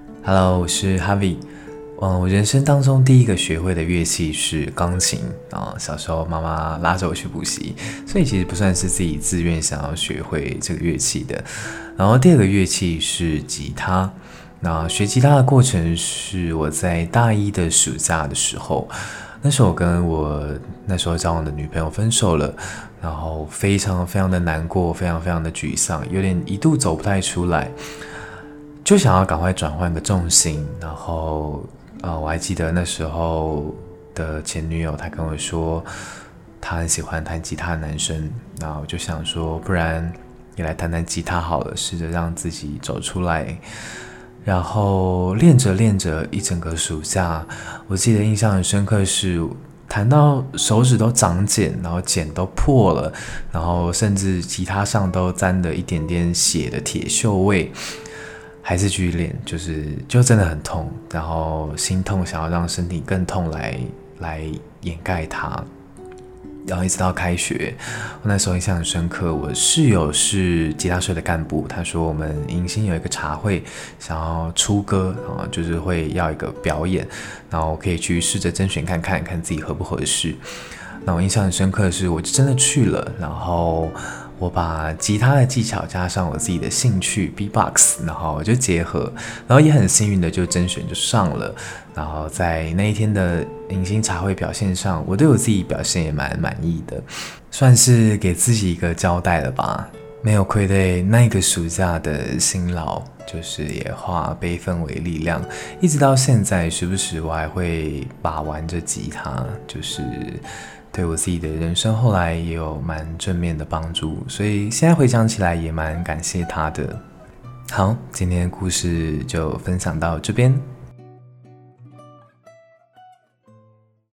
Hello，我是 Harvey。我人生当中第一个学会的乐器是钢琴小时候妈妈拉着我去补习，所以其实不算是自己自愿想要学会这个乐器的。然后第二个乐器是吉他。那学吉他的过程是我在大一的暑假的时候，那时候我跟我那时候交往的女朋友分手了，然后非常非常的难过，非常非常的沮丧，有点一度走不太出来，就想要赶快转换个重心。然后我还记得那时候的前女友，她跟我说她很喜欢弹吉他的男生，那我就想说不然也来弹弹吉他好了，试着让自己走出来。然后练着练着一整个暑假，我记得印象很深刻是弹到手指都长茧，然后茧都破了，然后甚至吉他上都沾了一点点血的铁锈味，还是继续练，就真的很痛，然后心痛想要让身体更痛来掩盖它。然后一直到开学，我那时候印象很深刻，我室友是吉他社的干部，他说我们迎新有一个茶会，想要出歌就是会要一个表演，然后我可以去试着甄选看看，看自己合不合适。那我印象很深刻的是，我就真的去了，然后我把吉他的技巧加上我自己的兴趣 B-box， 然后我就结合，然后也很幸运的就甄选就上了。然后在那一天的迎新茶会表现上，我对我自己表现也蛮满意的，算是给自己一个交代了吧。没有愧对那个暑假的辛劳，就是也化悲愤为力量，一直到现在时不时我还会把玩着吉他，就是对我自己的人生后来也有蛮正面的帮助，所以现在回想起来也蛮感谢他的。好，今天的故事就分享到这边。